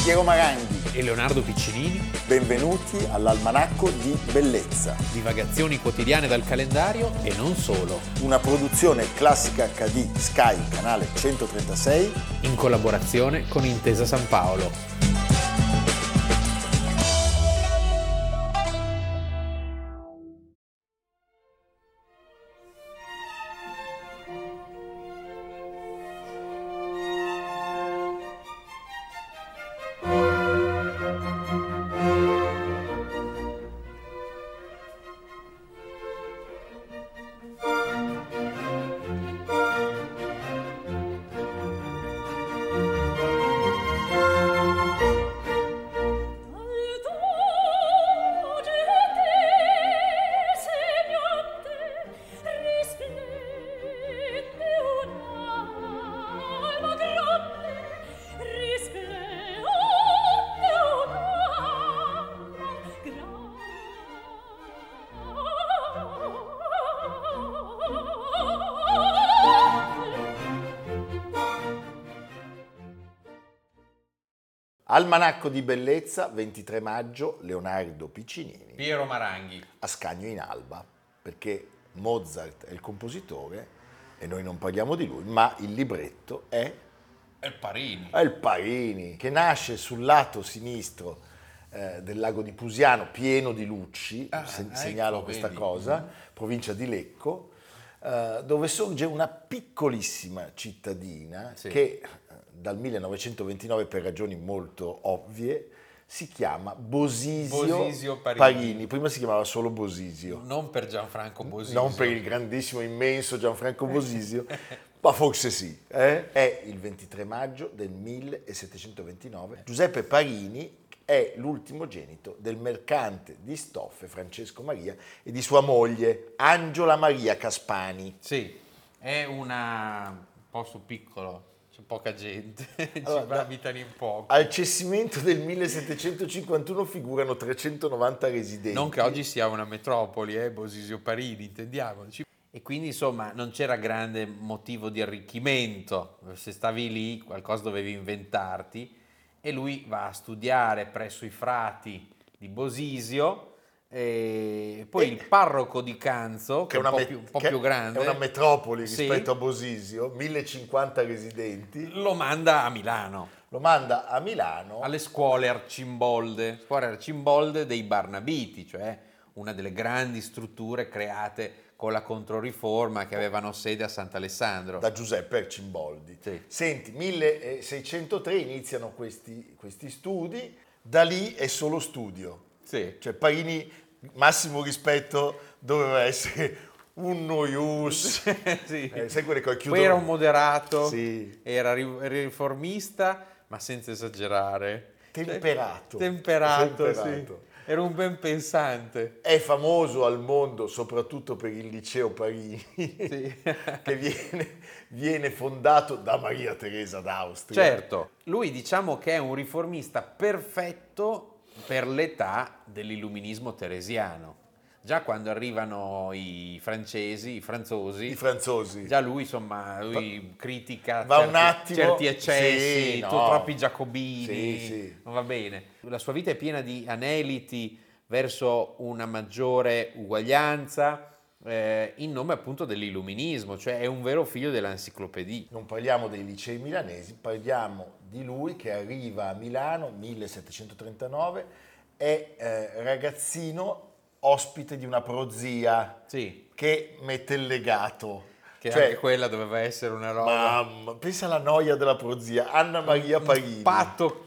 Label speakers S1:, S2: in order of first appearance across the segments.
S1: Piero Maranghi
S2: e Leonardo Piccinini.
S1: Benvenuti all'Almanacco di Bellezza.
S2: Divagazioni quotidiane dal calendario e non solo.
S1: Una produzione Classica HD Sky, canale 136.
S2: In collaborazione con Intesa San Paolo.
S1: Almanacco di Bellezza, 23 maggio, Leonardo Piccinini.
S2: Piero Maranghi.
S1: Ascanio in alba, perché Mozart è il compositore e noi non parliamo di lui, ma il libretto è
S2: il Parini.
S1: È il Parini, che nasce sul lato sinistro del lago di Pusiano, pieno di lucci, segnalo questa cosa, provincia di Lecco, dove sorge una piccolissima cittadina che dal 1929, per ragioni molto ovvie, si chiama Bosisio Parini. Prima si chiamava solo Bosisio.
S2: Non per Gianfranco Bosisio.
S1: Non per il grandissimo, immenso Gianfranco Bosisio, ma forse sì. È il 23 maggio del 1729. Giuseppe Parini è l'ultimogenito del mercante di stoffe Francesco Maria e di sua moglie Angiola Maria Caspani.
S2: Sì, è un posto piccolo. C'è poca gente,
S1: Allora,
S2: ci abitano in poco.
S1: Al censimento del 1751 figurano 390 residenti.
S2: Non che oggi sia una metropoli, Bosisio Parini, intendiamoci. E quindi insomma non c'era grande motivo di arricchimento, se stavi lì qualcosa dovevi inventarti, e lui va a studiare presso i frati di Bosisio. E poi il parroco di Canzo, che è un po' più grande,
S1: è una metropoli rispetto a Bosisio, 1050 residenti,
S2: lo manda a Milano.
S1: Alle
S2: scuole Arcimbolde dei Barnabiti, cioè una delle grandi strutture create con la Controriforma, che avevano sede a Sant'Alessandro.
S1: Da Giuseppe Arcimboldi.
S2: Sì.
S1: Senti, 1603 iniziano questi studi, da lì è solo studio.
S2: Sì.
S1: Cioè Parini, massimo rispetto, doveva essere un noius.
S2: Sì.
S1: Sai quelle che chiudono.
S2: Poi era un moderato,
S1: sì.
S2: Era riformista, ma senza esagerare.
S1: Temperato.
S2: Sì. Era un ben pensante.
S1: È famoso al mondo soprattutto per il liceo Parini,
S2: sì.
S1: che viene fondato da Maria Teresa d'Austria.
S2: Certo, lui diciamo che è un riformista perfetto per l'età dell'illuminismo teresiano. Già quando arrivano i franzosi, già lui critica certi eccessi, troppi giacobini, non va bene. La sua vita è piena di aneliti verso una maggiore uguaglianza, in nome appunto dell'illuminismo, cioè è un vero figlio dell'enciclopedia.
S1: Non parliamo dei licei milanesi, parliamo di lui che arriva a Milano 1739, è ragazzino ospite di una prozia che mette il legato.
S2: Che anche quella doveva essere una roba.
S1: Mamma, pensa alla noia della prozia, Anna Maria Parini.
S2: Un patto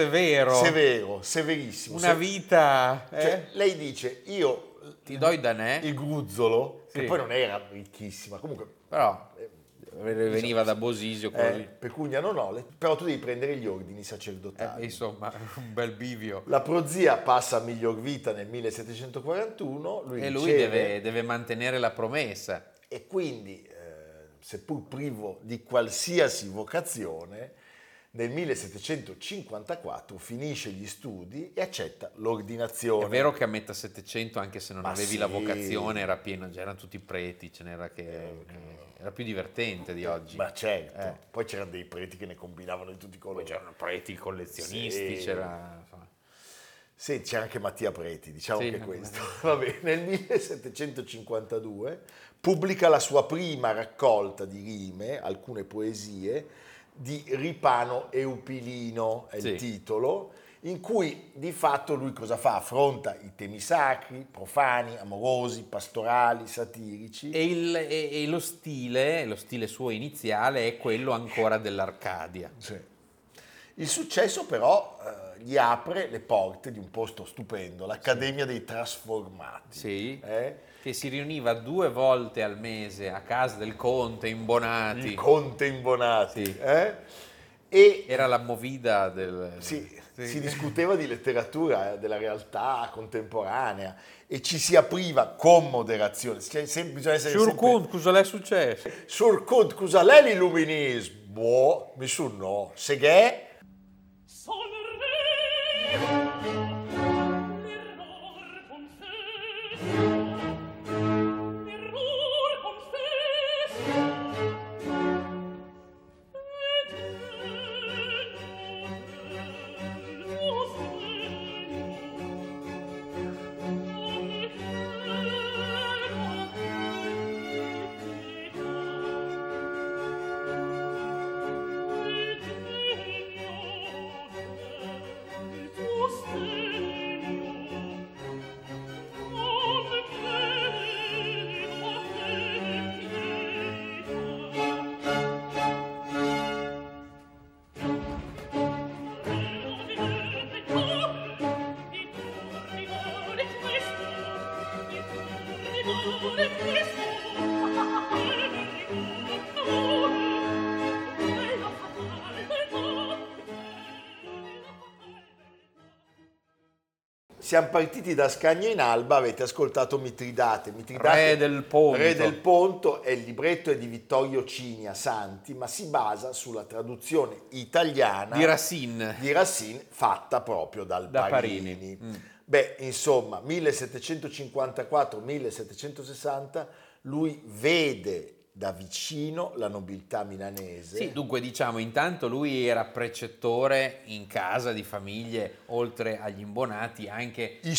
S1: severissimo.
S2: Una vita.
S1: Cioè, lei dice, io
S2: ti do i danè.
S1: Il gruzzolo, che poi non era ricchissima, comunque.
S2: Però veniva da Bosisio.
S1: Pecunia non ho, però tu devi prendere gli ordini sacerdotali.
S2: Insomma, un bel bivio.
S1: La prozia passa a miglior vita nel 1741.
S2: Lui deve mantenere la promessa.
S1: E quindi, seppur privo di qualsiasi vocazione, Nel 1754 finisce gli studi e accetta l'ordinazione.
S2: È vero che a metà Settecento, anche se non avevi la vocazione, era pieno, c'erano tutti i preti, ce n'era era più divertente di oggi.
S1: Ma certo, poi c'erano dei preti che ne combinavano di tutti i colori.
S2: Poi c'erano preti collezionisti, c'era... Insomma.
S1: Sì, c'era anche Mattia Preti, diciamo che questo. Va bene, nel 1752 pubblica la sua prima raccolta di rime, alcune poesie, di Ripano Eupilino è il titolo, in cui di fatto lui cosa fa? Affronta i temi sacri, profani, amorosi, pastorali, satirici.
S2: E lo stile suo iniziale è quello ancora dell'Arcadia.
S1: Sì. Il successo però gli apre le porte di un posto stupendo, l'Accademia dei Trasformati.
S2: Sì, che si riuniva 2 volte al mese a casa del Conte Imbonati.
S1: Il Conte Imbonati.
S2: Sì.
S1: E
S2: era la movida del...
S1: Sì. Si discuteva di letteratura della realtà contemporanea e ci si apriva con moderazione. Bisogna essere
S2: Surcont, cosa le è successo?
S1: Surcont, cosa l'è l'illuminismo? Boh, nessuno no. Seghe? Siamo partiti da Scagna in Alba, avete ascoltato Mitridate.
S2: Re del Ponto.
S1: Re del Ponto, e il libretto è di Vittorio Cinia Santi, ma si basa sulla traduzione italiana
S2: di Racine
S1: fatta proprio da Parini. Beh, insomma, 1754-1760 lui vede da vicino la nobiltà milanese.
S2: Sì, dunque diciamo, intanto lui era precettore in casa di famiglie, oltre agli Imbonati, anche
S1: i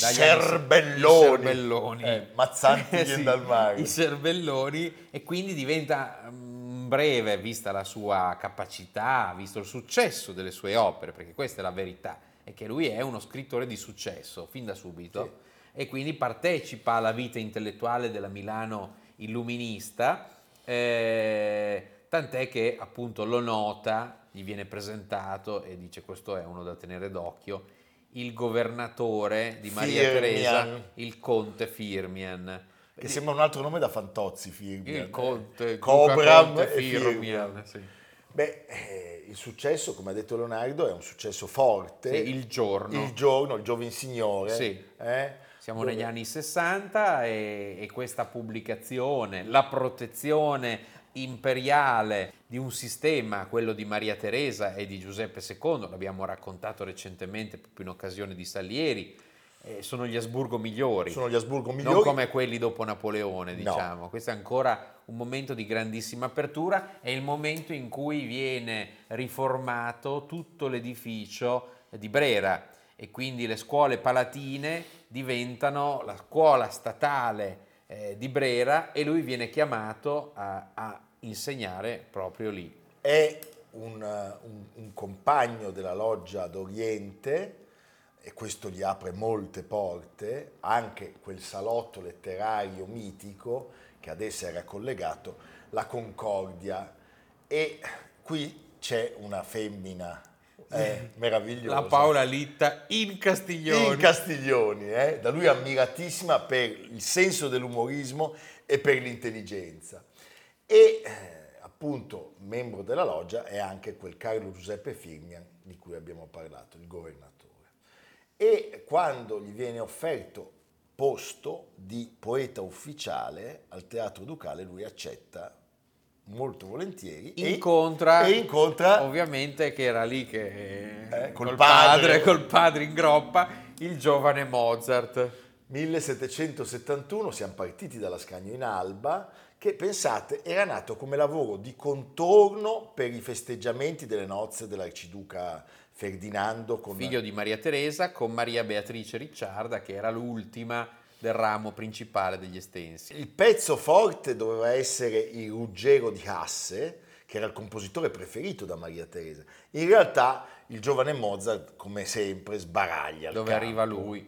S1: Serbelloni. Mazzanti
S2: sì,
S1: dal mare.
S2: I Serbelloni, e quindi diventa breve, vista la sua capacità, visto il successo delle sue opere, perché questa è la verità, è che lui è uno scrittore di successo, fin da subito, e quindi partecipa alla vita intellettuale della Milano illuminista. Tant'è che appunto lo nota, gli viene presentato e dice: questo è uno da tenere d'occhio, il governatore di Maria Teresa, il conte Firmian,
S1: che sembra un altro nome da Fantozzi. Firmian,
S2: il conte
S1: Cobram
S2: e
S1: Firmian.
S2: Sì.
S1: Beh, il successo, come ha detto Leonardo, è un successo forte.
S2: Sì, il giorno,
S1: il Giovin Signore.
S2: Sì. Siamo negli anni 60 e questa pubblicazione, la protezione imperiale di un sistema, quello di Maria Teresa e di Giuseppe II, l'abbiamo raccontato recentemente proprio in occasione di Salieri, sono gli Asburgo migliori. Non come quelli dopo Napoleone, diciamo. No. Questo è ancora un momento di grandissima apertura, è il momento in cui viene riformato tutto l'edificio di Brera, e quindi le scuole palatine diventano la scuola statale di Brera, e lui viene chiamato a insegnare proprio lì.
S1: È un compagno della loggia d'Oriente, e questo gli apre molte porte, anche quel salotto letterario mitico che ad essa era collegato, la Concordia, e qui c'è una femmina meravigliosa.
S2: La Paola Litta in Castiglioni.
S1: Da lui ammiratissima per il senso dell'umorismo e per l'intelligenza. E appunto membro della loggia è anche quel Carlo Giuseppe Firmian di cui abbiamo parlato, il governatore. E quando gli viene offerto posto di poeta ufficiale al Teatro Ducale, lui accetta molto volentieri
S2: incontra ovviamente, che era lì che
S1: col
S2: padre in groppa, il giovane Mozart.
S1: 1771, siamo partiti dall'Ascanio in Alba, che pensate era nato come lavoro di contorno per i festeggiamenti delle nozze dell'arciduca Ferdinando,
S2: figlio di Maria Teresa, con Maria Beatrice Ricciarda, che era l'ultima del ramo principale degli Estensi.
S1: Il pezzo forte doveva essere il Ruggero di Hasse, che era il compositore preferito da Maria Teresa. In realtà il giovane Mozart, come sempre, sbaraglia il
S2: dove
S1: campo,
S2: arriva lui,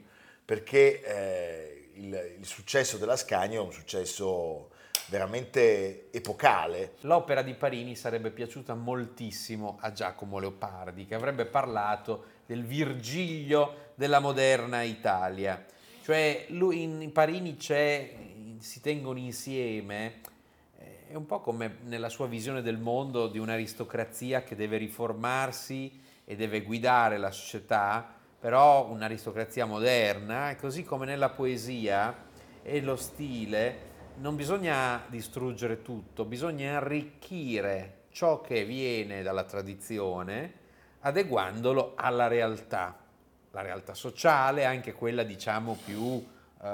S1: perché il successo dell'Ascanio è un successo veramente epocale.
S2: L'opera di Parini sarebbe piaciuta moltissimo a Giacomo Leopardi, che avrebbe parlato del Virgilio della moderna Italia. Cioè lui in Parini si tengono insieme, è un po' come nella sua visione del mondo di un'aristocrazia che deve riformarsi e deve guidare la società, però un'aristocrazia moderna, e così come nella poesia e lo stile non bisogna distruggere tutto, bisogna arricchire ciò che viene dalla tradizione adeguandolo alla realtà. La realtà sociale, anche quella diciamo più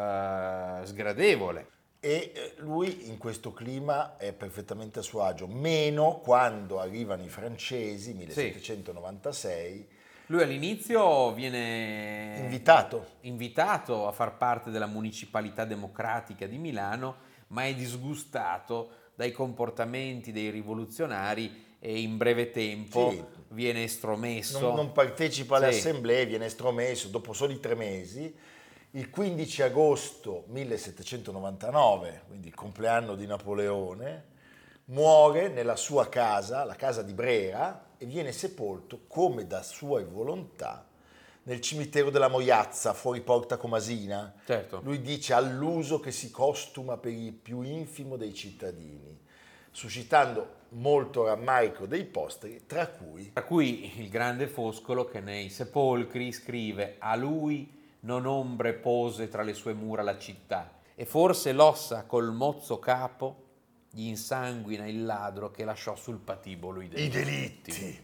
S2: sgradevole.
S1: E lui in questo clima è perfettamente a suo agio, meno quando arrivano i francesi, 1796.
S2: Lui all'inizio viene invitato a far parte della municipalità democratica di Milano, ma è disgustato dai comportamenti dei rivoluzionari e in breve tempo viene estromesso.
S1: Non partecipa alle assemblee, viene estromesso dopo soli 3 mesi. Il 15 agosto 1799, quindi il compleanno di Napoleone, muore nella sua casa, la casa di Brera, e viene sepolto, come da sua volontà, nel cimitero della Moiazza, fuori Porta Comasina.
S2: Certo.
S1: Lui dice all'uso che si costuma per il più infimo dei cittadini, suscitando molto rammarico dei posteri, tra cui
S2: il grande Foscolo, che nei sepolcri scrive: a lui non ombre pose tra le sue mura la città, e forse l'ossa col mozzo capo gli insanguina il ladro che lasciò sul patibolo i delitti.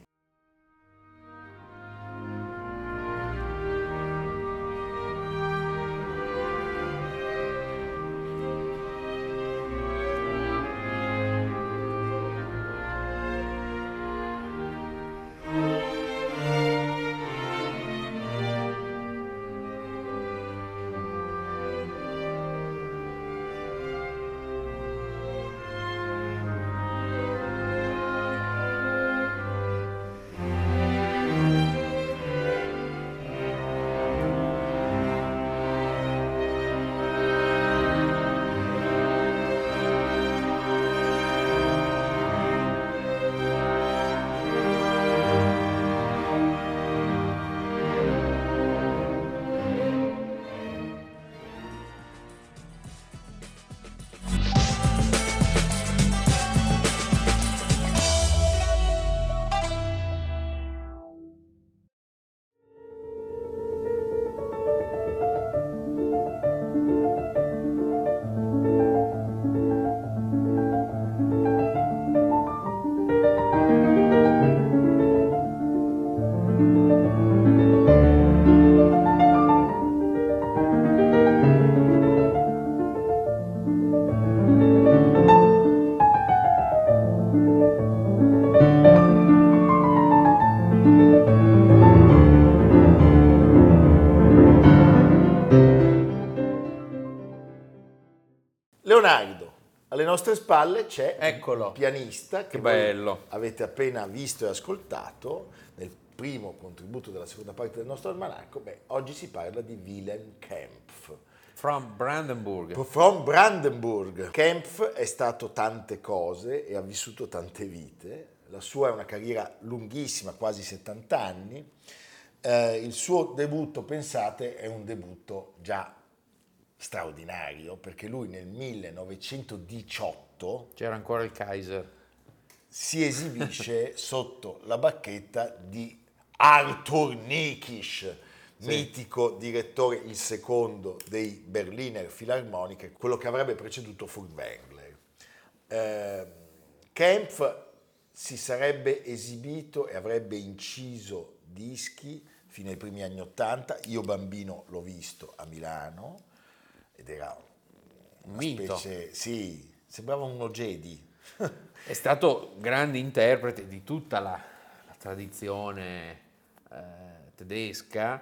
S1: Leonardo, alle nostre spalle c'è
S2: Eccolo.
S1: un pianista che
S2: bello.
S1: Avete appena visto e ascoltato nel primo contributo della seconda parte del nostro almanacco. Oggi si parla di Wilhelm Kempff.
S2: From Brandenburg.
S1: From Brandenburg. Kempff è stato tante cose e ha vissuto tante vite. La sua è una carriera lunghissima, quasi 70 anni. Il suo debutto, pensate, è un debutto già straordinario, perché lui nel 1918
S2: c'era ancora il Kaiser,
S1: si esibisce sotto la bacchetta di Arthur Nikisch, mitico direttore, il secondo dei Berliner Philharmoniker, quello che avrebbe preceduto Furtwängler. Kempf si sarebbe esibito e avrebbe inciso dischi fino ai primi anni '80. Io bambino l'ho visto a Milano ed era una
S2: mito.
S1: specie, sì, sembrava uno Jedi.
S2: È stato grande interprete di tutta la tradizione tedesca.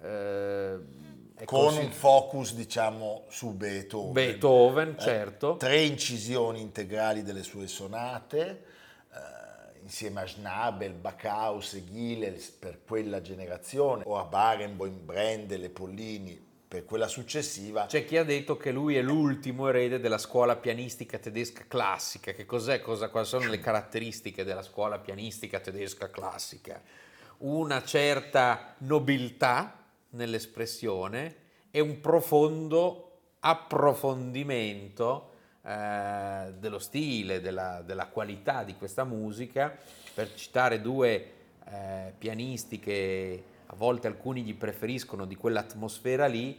S1: Con un focus, diciamo, su Beethoven.
S2: Beethoven, certo.
S1: 3 incisioni integrali delle sue sonate, insieme a Schnabel, Backhaus e Gilels per quella generazione, o a Barenboim, Brendel e Pollini per quella successiva.
S2: C'è chi ha detto che lui è l'ultimo erede della scuola pianistica tedesca classica. Che cos'è? Quali sono le caratteristiche della scuola pianistica tedesca classica? Una certa nobiltà nell'espressione e un profondo approfondimento dello stile, della qualità di questa musica. Per citare due pianisti che a volte alcuni gli preferiscono di quell'atmosfera lì,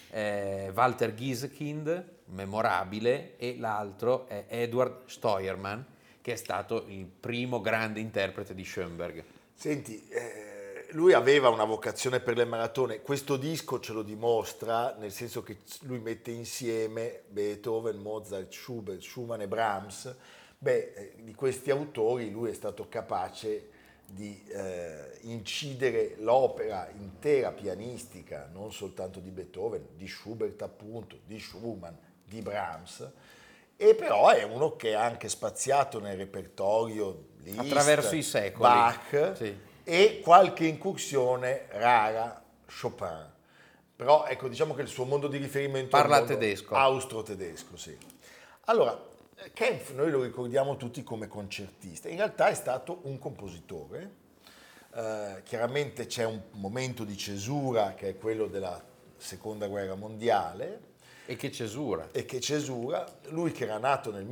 S2: Walter Giesekind, memorabile, e l'altro è Eduard Steuermann, che è stato il primo grande interprete di Schoenberg.
S1: Senti, lui aveva una vocazione per le maratone, questo disco ce lo dimostra, nel senso che lui mette insieme Beethoven, Mozart, Schubert, Schumann e Brahms. Di questi autori lui è stato capace di incidere l'opera intera pianistica, non soltanto di Beethoven, di Schubert appunto, di Schumann, di Brahms, e però è uno che ha anche spaziato nel repertorio Liszt,
S2: attraverso i secoli,
S1: Bach,
S2: sì,
S1: e qualche incursione rara Chopin. Però ecco, diciamo che il suo mondo di riferimento
S2: parla
S1: è il mondo
S2: tedesco,
S1: austro-tedesco, sì. Allora, Kempf noi lo ricordiamo tutti come concertista, in realtà è stato un compositore. Chiaramente c'è un momento di cesura che è quello della Seconda Guerra Mondiale.
S2: e che cesura.
S1: Lui che era nato nel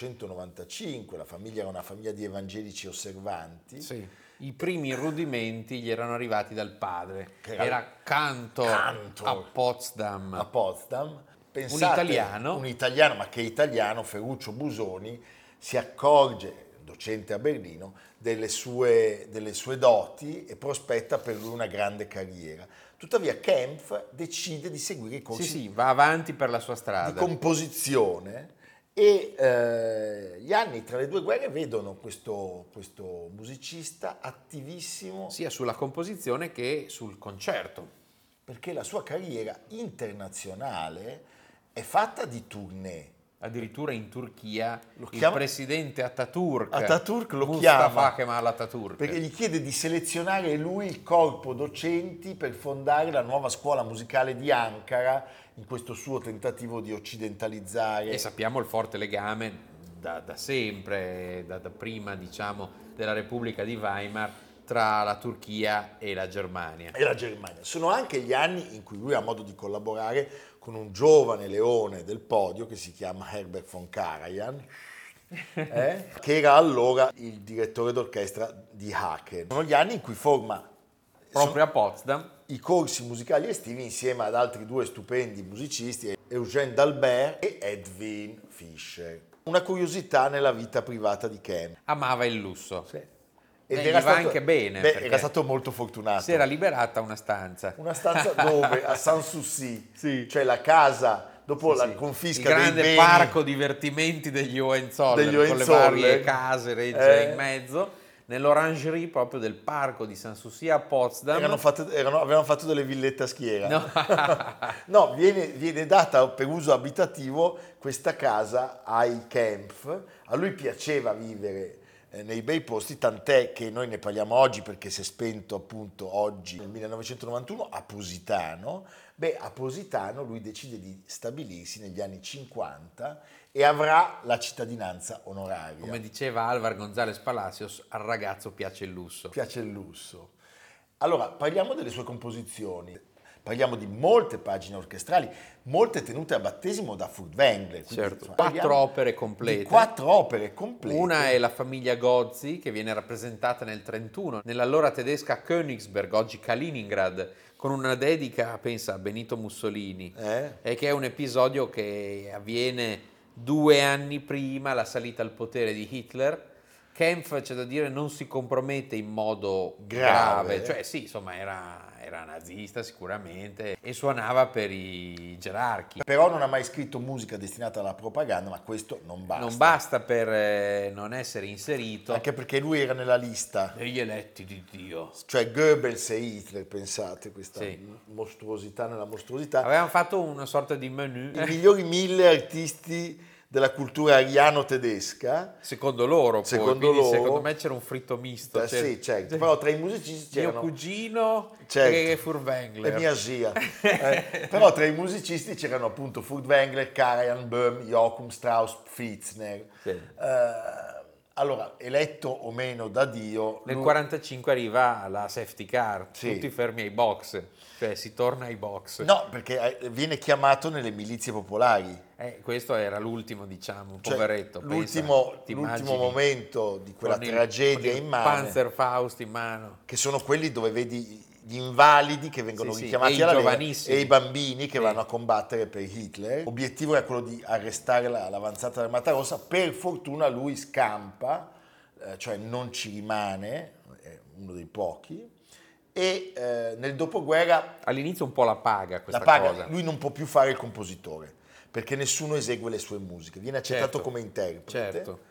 S1: 1895, la famiglia era una famiglia di evangelici osservanti.
S2: Sì. I primi rudimenti gli erano arrivati dal padre,
S1: Che
S2: era cantor a Potsdam.
S1: A Potsdam. Pensate,
S2: Un italiano,
S1: un italiano, ma che italiano, Ferruccio Busoni, si accorge, docente a Berlino, delle sue doti e prospetta per lui una grande carriera. Tuttavia Kempf decide di seguire i corsi
S2: sì, va avanti per la sua strada.
S1: di composizione e gli anni tra le due guerre vedono questo musicista attivissimo,
S2: Sia sulla composizione che sul concerto.
S1: perché la sua carriera internazionale è fatta di tournée.
S2: Addirittura in Turchia il
S1: chiama-
S2: presidente Ataturk
S1: Lo
S2: Mustafa
S1: chiama
S2: Kemal Ataturk,
S1: perché gli chiede di selezionare lui il corpo docenti per fondare la nuova scuola musicale di Ankara in questo suo tentativo di occidentalizzare.
S2: e sappiamo il forte legame da sempre, da prima diciamo della Repubblica di Weimar, tra la Turchia e la Germania.
S1: E la Germania. Sono anche gli anni in cui lui ha modo di collaborare con un giovane leone del podio che si chiama Herbert von Karajan, che era allora il direttore d'orchestra di Haken. Sono gli anni in cui forma
S2: Proprio a Potsdam.
S1: i corsi musicali estivi insieme ad altri due stupendi musicisti, Eugène Dalbert e Edwin Fischer. Una curiosità nella vita privata di Kempf.
S2: Amava il lusso.
S1: Ed
S2: gli va anche bene, perché
S1: era stato molto fortunato.
S2: si era liberata una stanza.
S1: Una stanza dove? A Sanssouci,
S2: Sì.
S1: cioè la casa dopo la
S2: Sì.
S1: confisca
S2: Il
S1: dei
S2: grande
S1: beni
S2: parco divertimenti degli Hohenzollern, con le varie case regge in mezzo, nell'orangerie proprio del parco di Sanssouci a Potsdam.
S1: Avevano fatto delle villette a schiera.
S2: No.
S1: No, viene data per uso abitativo questa casa ai Kempf. A lui piaceva vivere nei bei posti, tant'è che noi ne parliamo oggi perché si è spento appunto oggi nel 1991 a Positano. A Positano lui decide di stabilirsi negli anni 50 e avrà la cittadinanza onoraria.
S2: Come diceva Álvaro González Palacios, al ragazzo piace il lusso.
S1: Piace il lusso. Allora, parliamo delle sue composizioni. Parliamo di molte pagine orchestrali, molte tenute a battesimo da Furtwängler.
S2: Certo, 4 opere complete.
S1: 4 opere complete.
S2: Una è la famiglia Gozzi, che viene rappresentata nel 1931 nell'allora tedesca Königsberg, oggi Kaliningrad, con una dedica, pensa, a Benito Mussolini, che è un episodio che avviene 2 anni prima la salita al potere di Hitler. Kempf, c'è da dire, non si compromette in modo grave, cioè sì, insomma era nazista sicuramente e suonava per i gerarchi.
S1: Però non ha mai scritto musica destinata alla propaganda, ma questo non basta.
S2: Non basta per non essere inserito.
S1: Anche perché lui era nella lista
S2: degli eletti di Dio.
S1: Cioè Goebbels e Hitler, pensate, questa mostruosità nella mostruosità.
S2: Avevano fatto una sorta di menu.
S1: I migliori 1000 artisti della cultura ariano-tedesca.
S2: Secondo loro,
S1: secondo
S2: me c'era un fritto misto.
S1: Sì, certo. Però tra i musicisti c'erano...
S2: Mio cugino e Furtwängler.
S1: E mia zia. Però tra i musicisti c'erano appunto Furtwängler, Karajan, Böhm, Joachim Strauss, Pfitzner. Sì. Allora, eletto o meno da Dio...
S2: Nel 1945 arriva la safety car, tutti fermi ai box, cioè si torna ai box.
S1: No, perché viene chiamato nelle milizie popolari.
S2: Questo era l'ultimo, diciamo, poveretto.
S1: L'ultimo momento di quella tragedia immane.
S2: Panzerfaust in mano.
S1: Che sono quelli dove vedi gli invalidi che vengono richiamati alla Lega e i bambini che vanno a combattere per Hitler. L'obiettivo era quello di arrestare l'avanzata dell'Armata Rossa. Per fortuna lui scampa, cioè non ci rimane, è uno dei pochi. E nel dopoguerra...
S2: All'inizio un po' la paga questa cosa.
S1: Lui non può più fare il compositore, perché nessuno esegue le sue musiche, viene accettato come interprete.
S2: Certo.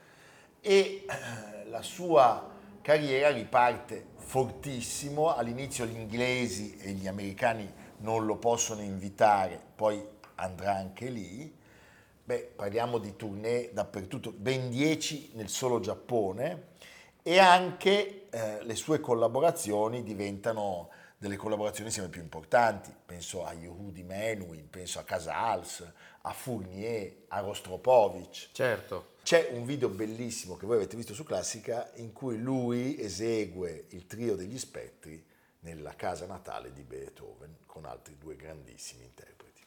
S1: E la sua carriera riparte fortissimo. All'inizio gli inglesi e gli americani non lo possono invitare, poi andrà anche lì. Parliamo di tournée dappertutto, ben 10 nel solo Giappone, e anche le sue collaborazioni diventano delle collaborazioni sempre più importanti. Penso a Yehudi Menuhin, penso a Casals, a Fournier, a Rostropovich.
S2: Certo.
S1: C'è un video bellissimo che voi avete visto su Classica in cui lui esegue il Trio degli Spettri nella casa natale di Beethoven con altri 2 grandissimi interpreti.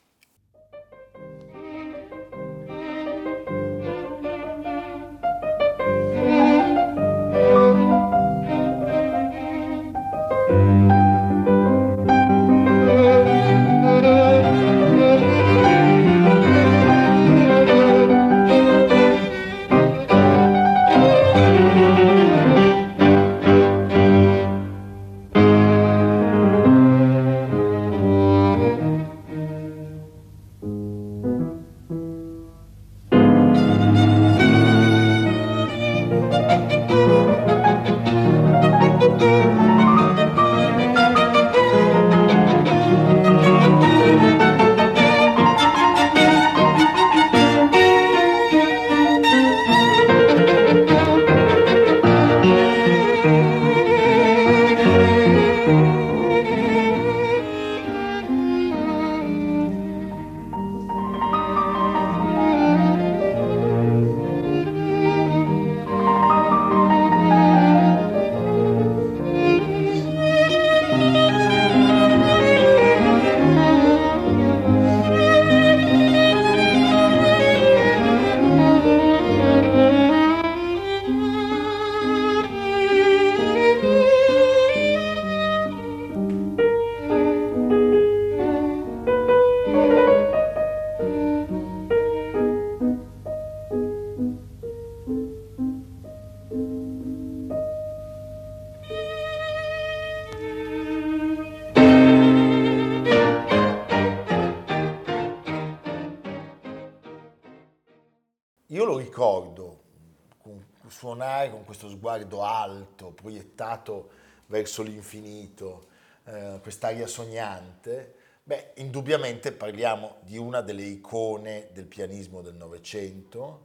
S1: Io lo ricordo suonare con questo sguardo alto, proiettato verso l'infinito, quest'aria sognante. Indubbiamente parliamo di una delle icone del pianismo del Novecento,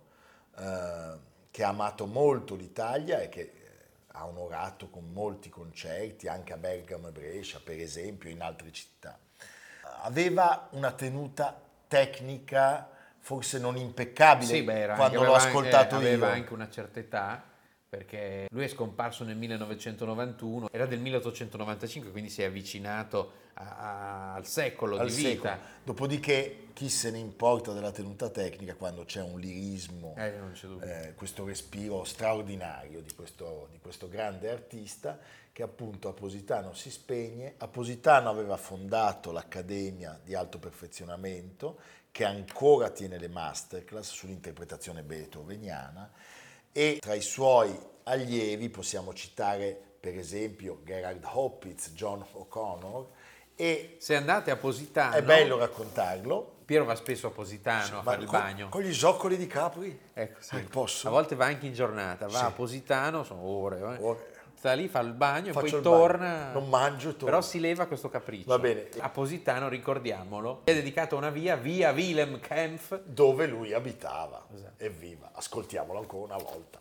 S1: che ha amato molto l'Italia e che ha onorato con molti concerti, anche a Bergamo e Brescia, per esempio, in altre città. Aveva una tenuta tecnica forse non impeccabile, quando l'ho ascoltato io.
S2: Aveva anche una certa età, perché lui è scomparso nel 1991, era del 1895, quindi si è avvicinato al secolo di vita.
S1: Dopodiché chi se ne importa della tenuta tecnica quando c'è un lirismo,
S2: non c'è dubbio.
S1: Questo respiro straordinario di questo grande artista, che appunto a Positano si spegne. A Positano aveva fondato l'Accademia di Alto Perfezionamento, che ancora tiene le masterclass sull'interpretazione beethoveniana, e tra i suoi allievi possiamo citare per esempio Gerhard Opitz, John O'Connor. E
S2: se andate a Positano,
S1: è bello raccontarlo.
S2: Piero va spesso a Positano a fare il bagno.
S1: Con gli zoccoli di Capri?
S2: Ecco, sì.
S1: Posso?
S2: A volte va anche in giornata, va a Positano, sono ore. Sta lì, fa il bagno
S1: Faccio
S2: e poi
S1: il
S2: torna.
S1: Bagno. Non mangio e torno.
S2: Però si leva questo capriccio.
S1: Va bene.
S2: A Positano, ricordiamolo, è dedicato a una via Wilhelm Kempff,
S1: dove lui abitava. Esatto. Evviva, ascoltiamolo ancora una volta.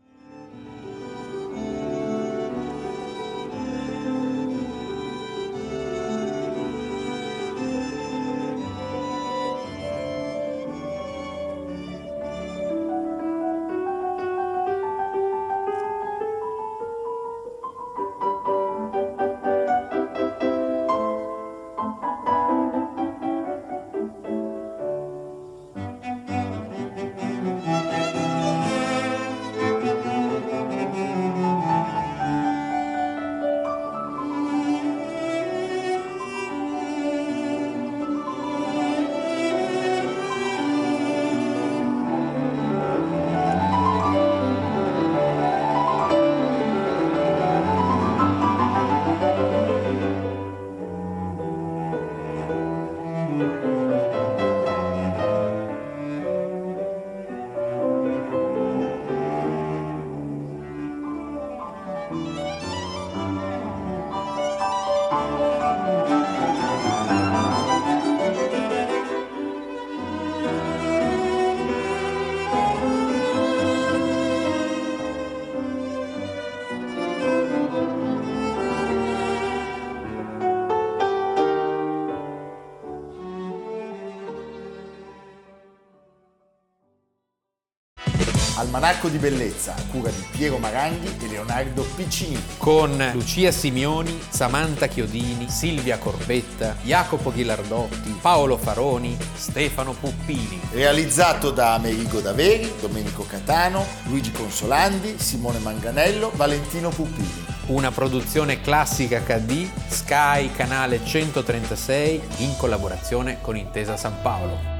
S1: Almanacco di bellezza a cura di Piero Maranghi e Leonardo Piccinini.
S2: Con Lucia Simioni, Samantha Chiodini, Silvia Corbetta, Jacopo Ghilardotti, Paolo Faroni, Stefano Puppini.
S1: Realizzato da Amerigo Daveri, Domenico Catano, Luigi Consolandi, Simone Manganello, Valentino Puppini.
S2: Una produzione Classica HD, Sky Canale 136, in collaborazione con Intesa San Paolo.